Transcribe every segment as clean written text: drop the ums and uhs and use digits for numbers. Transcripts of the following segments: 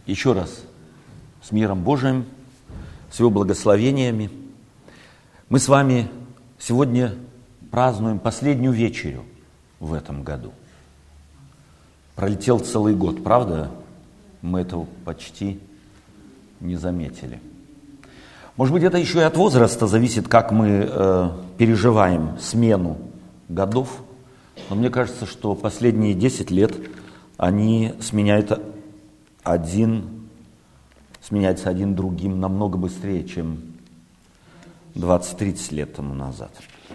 Еще раз, с миром Божиим, с Его благословениями. Мы с вами сегодня празднуем последнюю вечерю в этом году. Пролетел целый год, правда? Мы этого почти не заметили. Может быть, это еще и от возраста зависит, как мы переживаем смену годов. Но мне кажется, что последние 10 лет они сменяются один другим намного быстрее, чем 20-30 лет тому назад.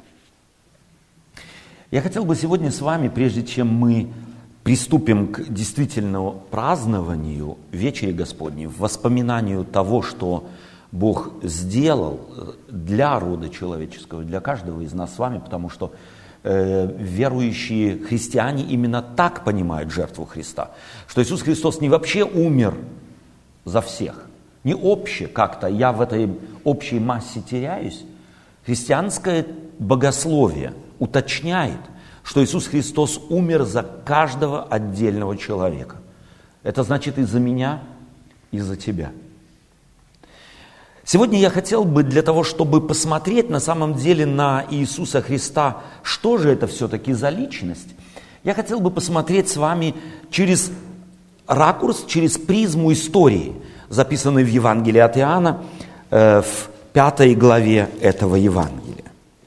Я хотел бы сегодня с вами, прежде чем мы приступим к действительному празднованию Вечери Господней, воспоминанию того, что Бог сделал для рода человеческого, для каждого из нас с вами, потому что верующие христиане именно так понимают жертву Христа, что Иисус Христос не вообще умер за всех, не обще как-то, я в этой общей массе теряюсь. Христианское богословие уточняет, что Иисус Христос умер за каждого отдельного человека. Это значит и за меня, и за тебя. Сегодня я хотел бы для того, чтобы посмотреть на самом деле на Иисуса Христа, что же это все-таки за личность, я хотел бы посмотреть с вами через ракурс, через призму истории, записанной в Евангелии от Иоанна, в 5 главе этого Евангелия.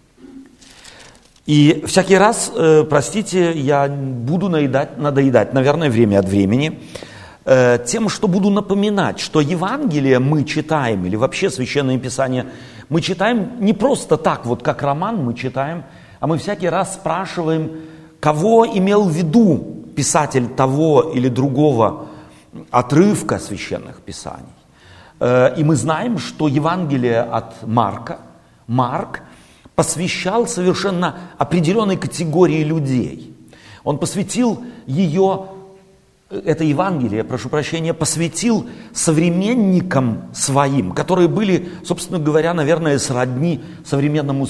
И всякий раз, простите, я буду надоедать, наверное, время от времени, тем, что буду напоминать, что Евангелие мы читаем, или вообще Священное Писание мы читаем не просто так, вот как роман мы читаем, а мы всякий раз спрашиваем, кого имел в виду писатель того или другого отрывка Священных Писаний. И мы знаем, что Евангелие от Марка, Марк посвящал совершенно определенной категории людей. Он посвятил это Евангелие, посвятил современникам своим, которые были, собственно говоря, наверное, сродни современному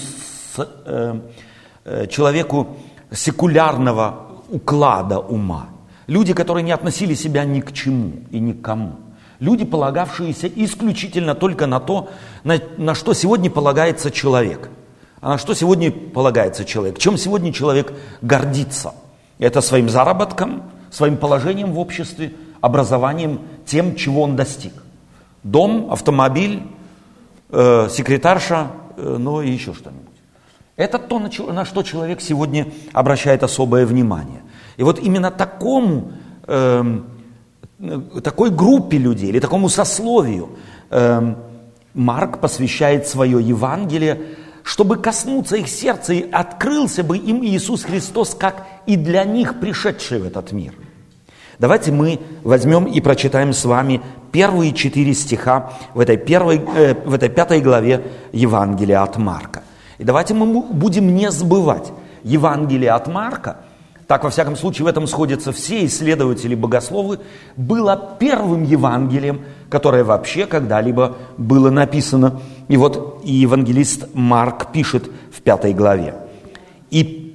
человеку секулярного уклада ума. Люди, которые не относили себя ни к чему и ни к кому. Люди, полагавшиеся исключительно только на то, на что сегодня полагается человек. А на что сегодня полагается человек? Чем сегодня человек гордится? Это своим заработком, своим положением в обществе, образованием, тем, чего он достиг. Дом, автомобиль, секретарша, ну и еще что-нибудь. Это то, на что человек сегодня обращает особое внимание. И вот именно такой группе людей, или такому сословию Марк посвящает свое Евангелие, чтобы коснуться их сердца, и открылся бы им Иисус Христос, как и для них пришедший в этот мир. Давайте мы возьмем и прочитаем с вами первые 4 стиха в этой 5 главе Евангелия от Марка. И давайте мы будем не забывать, Евангелие от Марка, так во всяком случае в этом сходятся все исследователи-богословы, было первым Евангелием, которое вообще когда-либо было написано. И вот и евангелист Марк пишет в 5 главе. И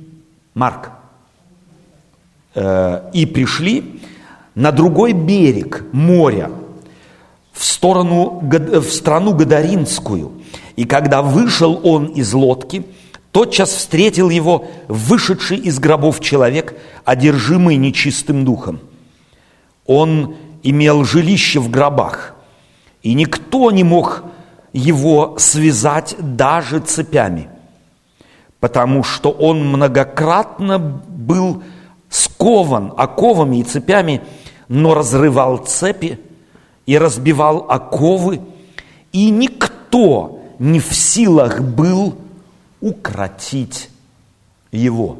пришли на другой берег моря, в страну Гадаринскую. И когда вышел он из лодки, тотчас встретил его вышедший из гробов человек, одержимый нечистым духом. Он имел жилище в гробах, и никто не мог его связать даже цепями, потому что он многократно был скован оковами и цепями, но разрывал цепи и разбивал оковы, и никто не в силах был укротить его.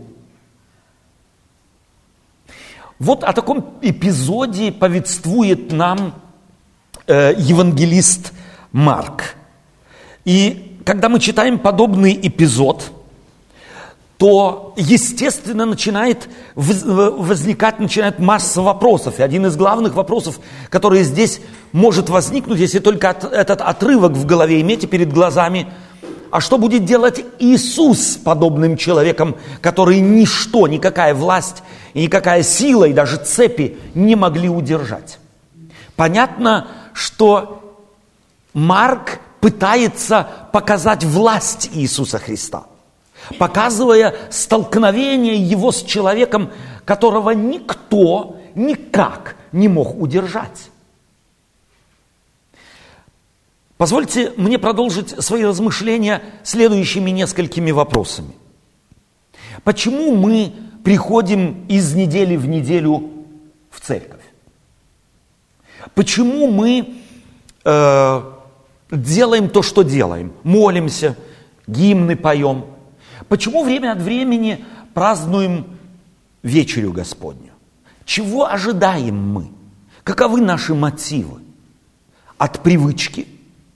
Вот о таком эпизоде повествует нам евангелист Марк. И когда мы читаем подобный эпизод, то, естественно, начинает возникать масса вопросов. И один из главных вопросов, который здесь может возникнуть, если только этот отрывок в голове имейте перед глазами, а что будет делать Иисус с подобным человеком, который ничто, никакая власть, и никакая сила, и даже цепи не могли удержать? Понятно, что Марк пытается показать власть Иисуса Христа, показывая столкновение его с человеком, которого никто никак не мог удержать. Позвольте мне продолжить свои размышления следующими несколькими вопросами. Почему мы приходим из недели в неделю в церковь? Почему мы делаем то, что делаем? Молимся, гимны поем. Почему время от времени празднуем вечерю Господню? Чего ожидаем мы? Каковы наши мотивы? От привычки?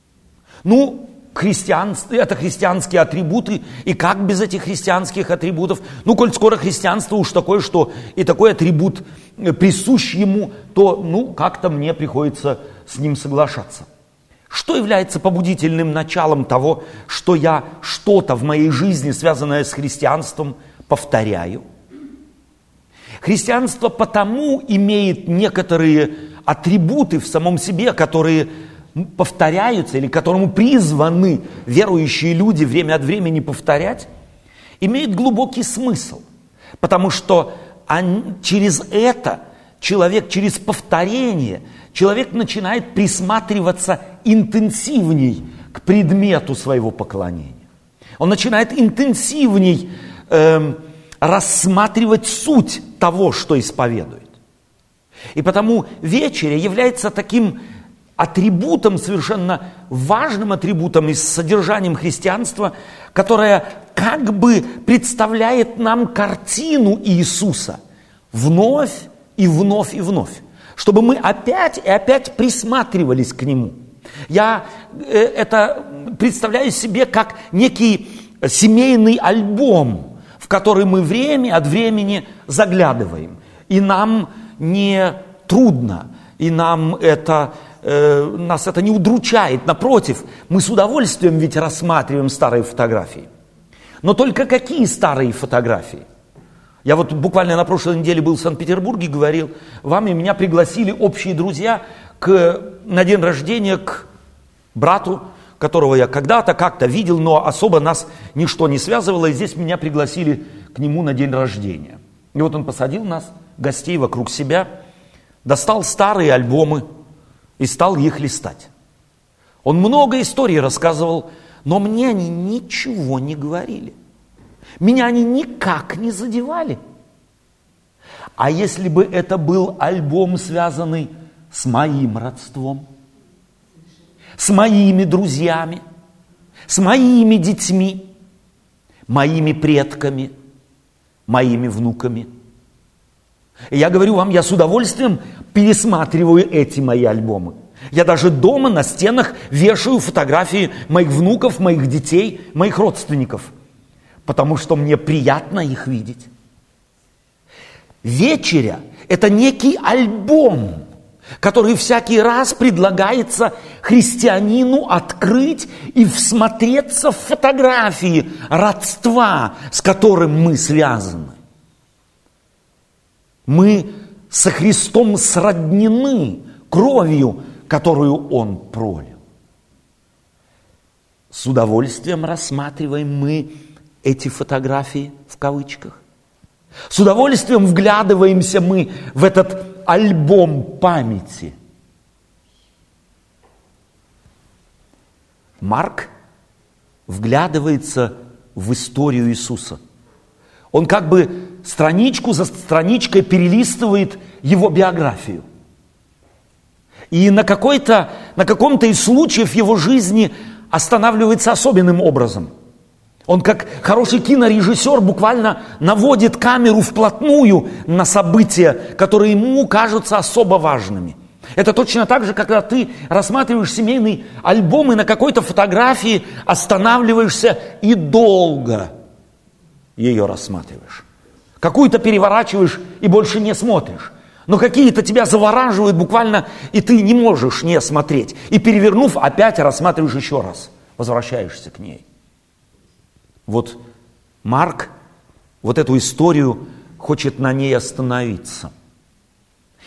Это христианские атрибуты, и как без этих христианских атрибутов? Коль скоро христианство уж такое, что и такой атрибут присущ ему, то, как-то мне приходится с ним соглашаться. Что является побудительным началом того, что я что-то в моей жизни, связанное с христианством, повторяю? Христианство потому имеет некоторые атрибуты в самом себе, которые повторяются или к которому призваны верующие люди время от времени повторять, имеет глубокий смысл. Потому что через это через повторение, человек начинает присматриваться интенсивней к предмету своего поклонения. Он начинает интенсивней рассматривать суть того, что исповедует. И потому вечеря является таким атрибутом, совершенно важным атрибутом и с содержанием христианства, которое как бы представляет нам картину Иисуса вновь и вновь и вновь, чтобы мы опять и опять присматривались к Нему. Я это представляю себе как некий семейный альбом, в который мы время от времени заглядываем. И нам не трудно, и нас это не удручает. Напротив, мы с удовольствием ведь рассматриваем старые фотографии. Но только какие старые фотографии? Я буквально на прошлой неделе был в Санкт-Петербурге, говорил вам, и меня пригласили общие друзья на день рождения к брату, которого я когда-то как-то видел, но особо нас ничто не связывало, и здесь меня пригласили к нему на день рождения. И он посадил нас, гостей, вокруг себя, достал старые альбомы и стал их листать. Он много историй рассказывал, но мне они ничего не говорили. Меня они никак не задевали. А если бы это был альбом, связанный с моим родством, с моими друзьями, с моими детьми, моими предками, моими внуками. И я говорю вам, я с удовольствием пересматриваю эти мои альбомы. Я даже дома на стенах вешаю фотографии моих внуков, моих детей, моих родственников, потому что мне приятно их видеть. Вечеря – это некий альбом, который всякий раз предлагается христианину открыть и всмотреться в фотографии родства, с которым мы связаны. Мы со Христом сроднены кровью, которую Он пролил. С удовольствием рассматриваем мы эти фотографии в кавычках. С удовольствием вглядываемся мы в этот альбом памяти. Марк вглядывается в историю Иисуса. Он как бы страничку за страничкой перелистывает его биографию. И на каком-то из случаев его жизни останавливается особенным образом. Он, как хороший кинорежиссер, буквально наводит камеру вплотную на события, которые ему кажутся особо важными. Это точно так же, когда ты рассматриваешь семейный альбом и на какой-то фотографии останавливаешься и долго ее рассматриваешь. Какую-то переворачиваешь и больше не смотришь. Но какие-то тебя завораживают буквально, и ты не можешь не смотреть. И перевернув, опять рассматриваешь еще раз. Возвращаешься к ней. Вот Марк эту историю хочет на ней остановиться.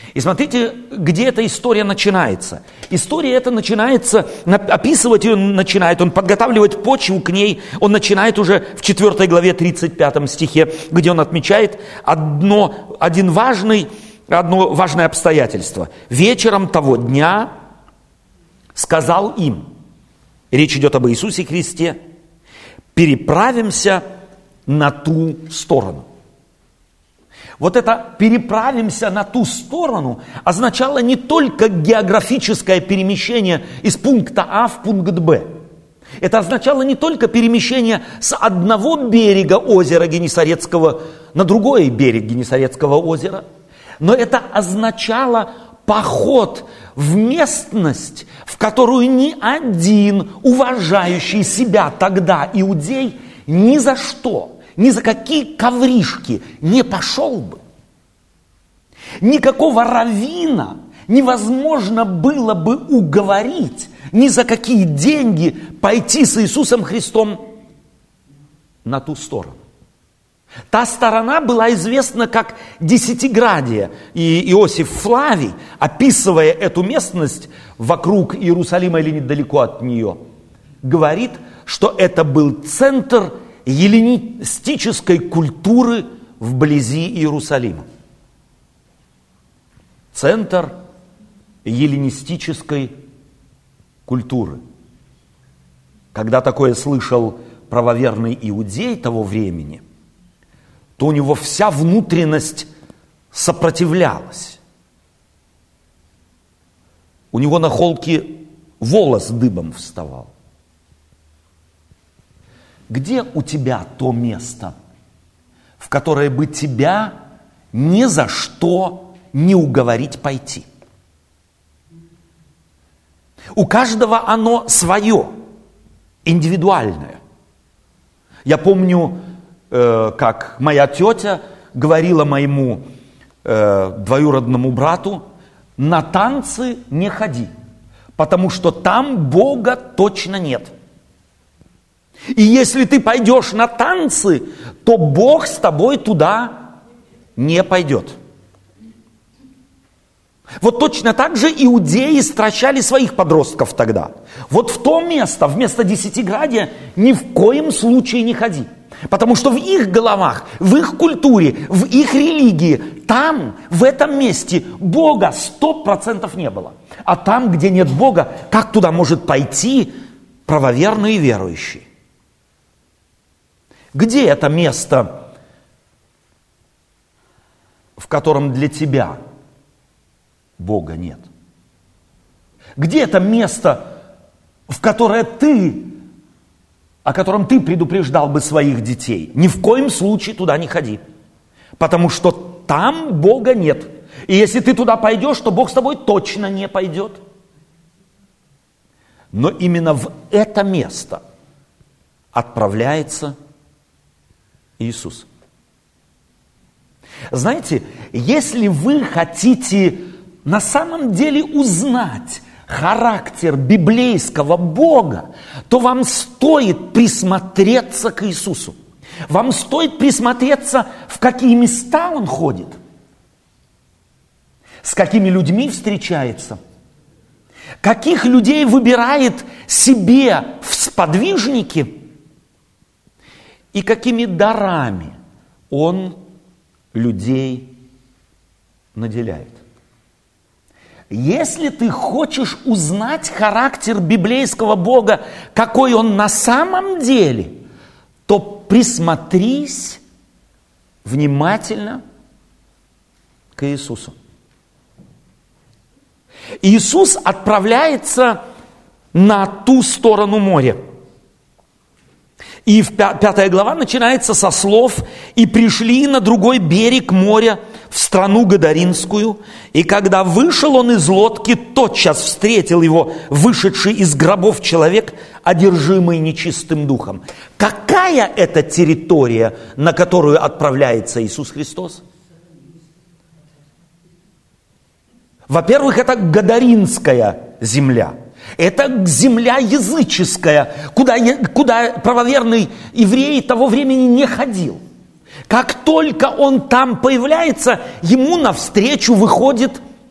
И смотрите, где эта история начинается. История эта начинается, описывать ее начинает, он подготавливает почву к ней, он начинает уже в 4 главе 35 стихе, где он отмечает одно важное обстоятельство. «Вечером того дня сказал им», речь идет об Иисусе Христе, «переправимся на ту сторону». Вот это «переправимся на ту сторону» означало не только географическое перемещение из пункта А в пункт Б. Это означало не только перемещение с одного берега озера Генесарецкого на другой берег Генесарецкого озера, но это означало поход в местность, в которую ни один уважающий себя тогда иудей ни за что, ни за какие ковришки не пошел бы. Никакого раввина невозможно было бы уговорить ни за какие деньги пойти с Иисусом Христом на ту сторону. Та сторона была известна как Десятиградие. И Иосиф Флавий, описывая эту местность вокруг Иерусалима или недалеко от нее, говорит, что это был центр эллинистической культуры вблизи Иерусалима. Центр эллинистической культуры. Когда такое слышал правоверный иудей того времени, то у него вся внутренность сопротивлялась. У него на холке волос дыбом вставал. Где у тебя то место, в которое бы тебя ни за что не уговорить пойти? У каждого оно свое, индивидуальное. Я помню, как моя тетя говорила моему двоюродному брату: на танцы не ходи, потому что там Бога точно нет. И если ты пойдешь на танцы, то Бог с тобой туда не пойдет. Вот точно так же иудеи стращали своих подростков тогда. Вот в то место, вместо Десятиградия, ни в коем случае не ходи. Потому что в их головах, в их культуре, в их религии, там, в этом месте Бога 100% не было. А там, где нет Бога, как туда может пойти правоверный и верующий? Где это место, в котором для тебя Бога нет? Где это место, о котором ты предупреждал бы своих детей? Ни в коем случае туда не ходи, потому что там Бога нет. И если ты туда пойдешь, то Бог с тобой точно не пойдет. Но именно в это место отправляется Иисус. Знаете, если вы хотите на самом деле узнать характер библейского Бога, то вам стоит присмотреться к Иисусу. Вам стоит присмотреться, в какие места Он ходит, с какими людьми встречается, каких людей выбирает себе в сподвижники и какими дарами Он людей наделяет. Если ты хочешь узнать характер библейского Бога, какой он на самом деле, то присмотрись внимательно к Иисусу. Иисус отправляется на ту сторону моря. И 5 глава начинается со слов: «И пришли на другой берег моря, в страну Гадаринскую, и когда вышел он из лодки, тотчас встретил его вышедший из гробов человек, одержимый нечистым духом». Какая это территория, на которую отправляется Иисус Христос? Во-первых, это Гадаринская земля. Это земля языческая, куда правоверный еврей того времени не ходил. Как только он там появляется, ему навстречу выходит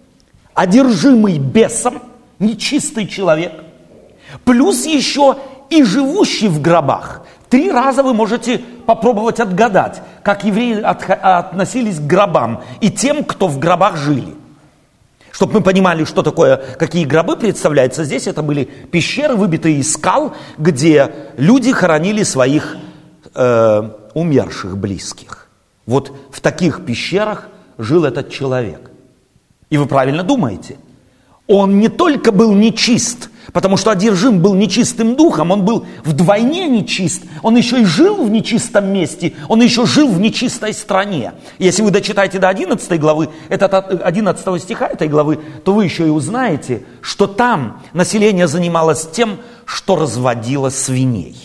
одержимый бесом, нечистый человек, плюс еще и живущий в гробах. 3 раза вы можете попробовать отгадать, как евреи относились к гробам и тем, кто в гробах жили. Чтобы мы понимали, что такое, какие гробы представляются, здесь это были пещеры, выбитые из скал, где люди хоронили своих умерших близких. Вот в таких пещерах жил этот человек. И вы правильно думаете, он не только был нечист, потому что одержим был нечистым духом, он был вдвойне нечист, он еще и жил в нечистом месте, он еще жил в нечистой стране. Если вы дочитаете до 11 главы, 11 стиха этой главы, то вы еще и узнаете, что там население занималось тем, что разводило свиней.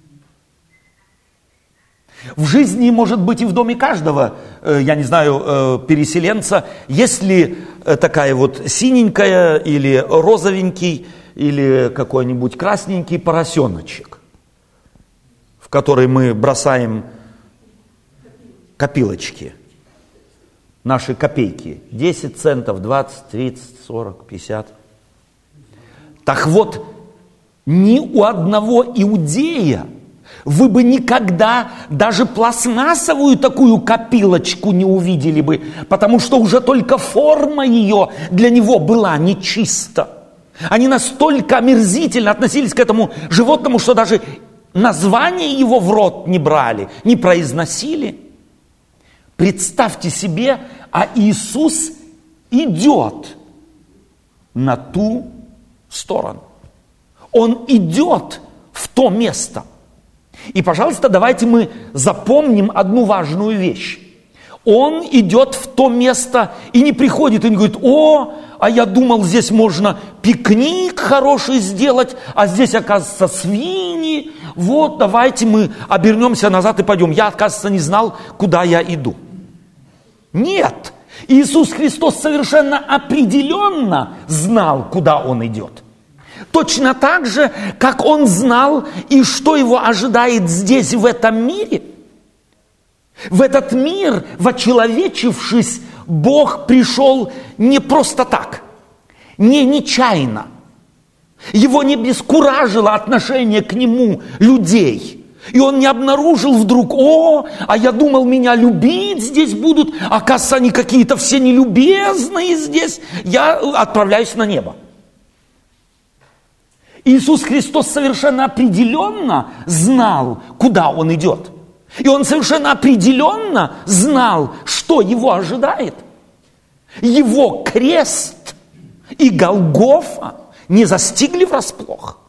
В жизни, может быть, и в доме каждого, я не знаю, переселенца, есть ли такая вот синенькая или розовенький, или какой-нибудь красненький поросеночек, в который мы бросаем копилочки, наши копейки, 10 центов, 20, 30, 40, 50. Так вот, ни у одного иудея вы бы никогда даже пластмассовую такую копилочку не увидели бы, потому что уже только форма ее для него была нечиста. Они настолько омерзительно относились к этому животному, что даже название его в рот не брали, не произносили. Представьте себе, а Иисус идет на ту сторону. Он идет в то место. И, пожалуйста, давайте мы запомним одну важную вещь. Он идет в то место и не приходит, и не говорит: о, а я думал, здесь можно пикник хороший сделать, а здесь, оказывается, свиньи. Вот, давайте мы обернемся назад и пойдем. Я, оказывается, не знал, куда я иду. Нет, Иисус Христос совершенно определенно знал, куда Он идет. Точно так же, как Он знал, и что Его ожидает здесь, в этом мире. В этот мир, вочеловечившись, Бог пришел не просто так, не нечаянно. Его не бескуражило отношение к Нему людей. И Он не обнаружил вдруг: о, а я думал, меня любить здесь будут, оказывается, они какие-то все нелюбезные здесь, я отправляюсь на небо. Иисус Христос совершенно определенно знал, куда Он идет. И Он совершенно определенно знал, что Его ожидает. Его крест и Голгофа не застигли врасплох.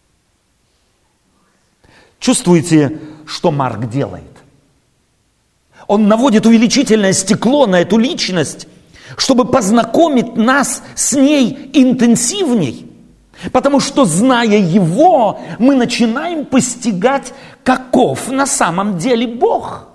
Чувствуете, что Марк делает? Он наводит увеличительное стекло на эту личность, чтобы познакомить нас с ней интенсивней. Потому что, зная Его, мы начинаем постигать, каков на самом деле Бог.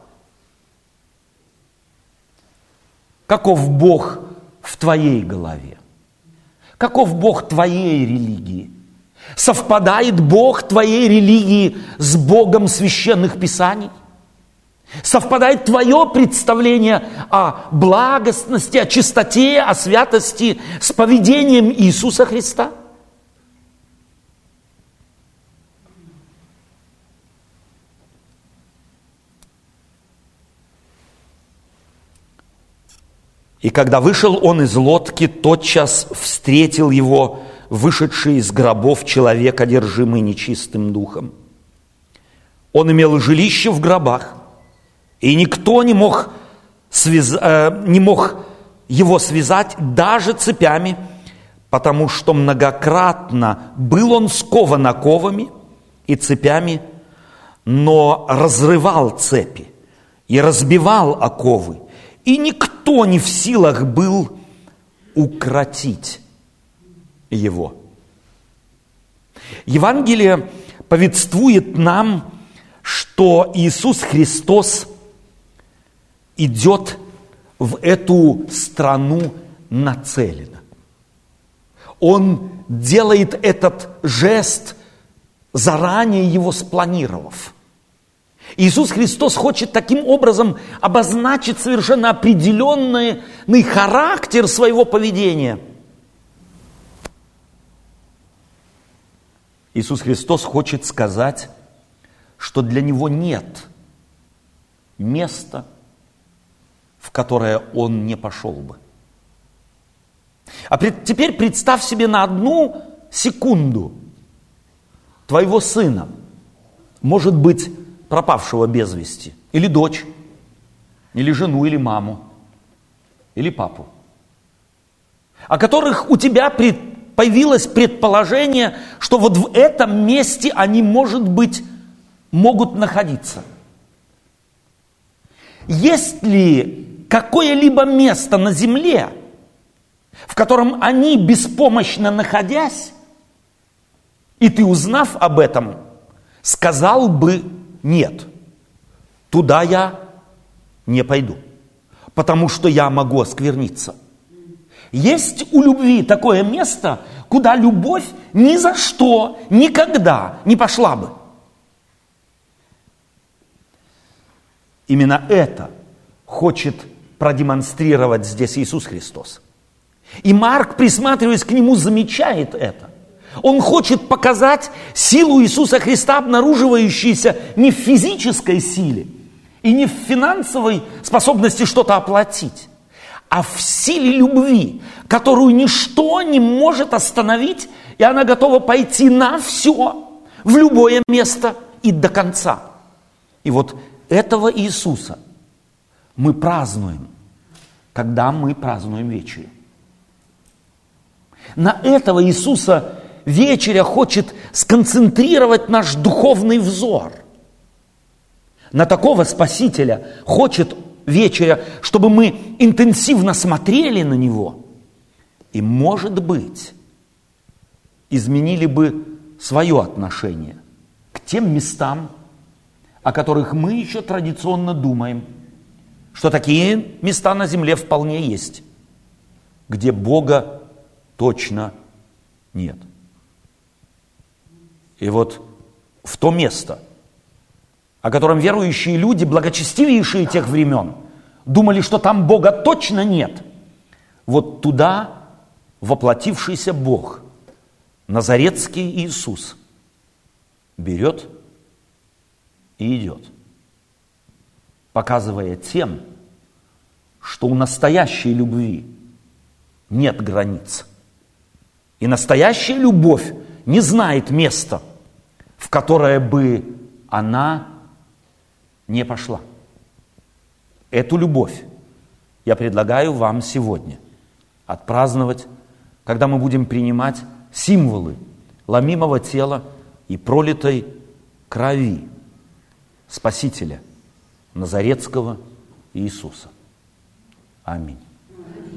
Каков Бог в твоей голове? Каков Бог твоей религии? Совпадает Бог твоей религии с Богом священных писаний? Совпадает твое представление о благостности, о чистоте, о святости с поведением Иисуса Христа? И когда вышел он из лодки, тотчас встретил его вышедший из гробов человек, одержимый нечистым духом. Он имел жилище в гробах, и никто не мог его связать даже цепями, потому что многократно был он скован оковами и цепями, но разрывал цепи и разбивал оковы, и никто не в силах был укротить его. Евангелие повествует нам, что Иисус Христос идет в эту страну нацеленно. Он делает этот жест, заранее его спланировав. Иисус Христос хочет таким образом обозначить совершенно определенный характер своего поведения. Иисус Христос хочет сказать, что для Него нет места, в которое Он не пошел бы. А теперь представь себе на одну секунду твоего сына, может быть, пропавшего без вести, или дочь, или жену, или маму, или папу, о которых у тебя появилось предположение, что вот в этом месте они, может быть, могут находиться. Есть ли какое-либо место на земле, в котором они, беспомощно находясь, и ты, узнав об этом, сказал бы: нет, туда я не пойду, потому что я могу оскверниться? Есть у любви такое место, куда любовь ни за что, никогда не пошла бы. Именно это хочет продемонстрировать здесь Иисус Христос. И Марк, присматриваясь к нему, замечает это. Он хочет показать силу Иисуса Христа, обнаруживающуюся не в физической силе и не в финансовой способности что-то оплатить, а в силе любви, которую ничто не может остановить, и она готова пойти на все, в любое место и до конца. И вот этого Иисуса мы празднуем, когда мы празднуем вечерю. На этого Иисуса вечеря хочет сконцентрировать наш духовный взор. На такого Спасителя хочет вечеря, чтобы мы интенсивно смотрели на Него и, может быть, изменили бы свое отношение к тем местам, о которых мы еще традиционно думаем, что такие места на земле вполне есть, где Бога точно нет. И вот в то место, о котором верующие люди, благочестивейшие тех времен, думали, что там Бога точно нет, вот туда воплотившийся Бог, Назаретский Иисус, берет и идет, показывая тем, что у настоящей любви нет границ. И настоящая любовь не знает места, в которое бы она не пошла. Эту любовь я предлагаю вам сегодня отпраздновать, когда мы будем принимать символы ломимого тела и пролитой крови Спасителя Назаретского Иисуса. Аминь.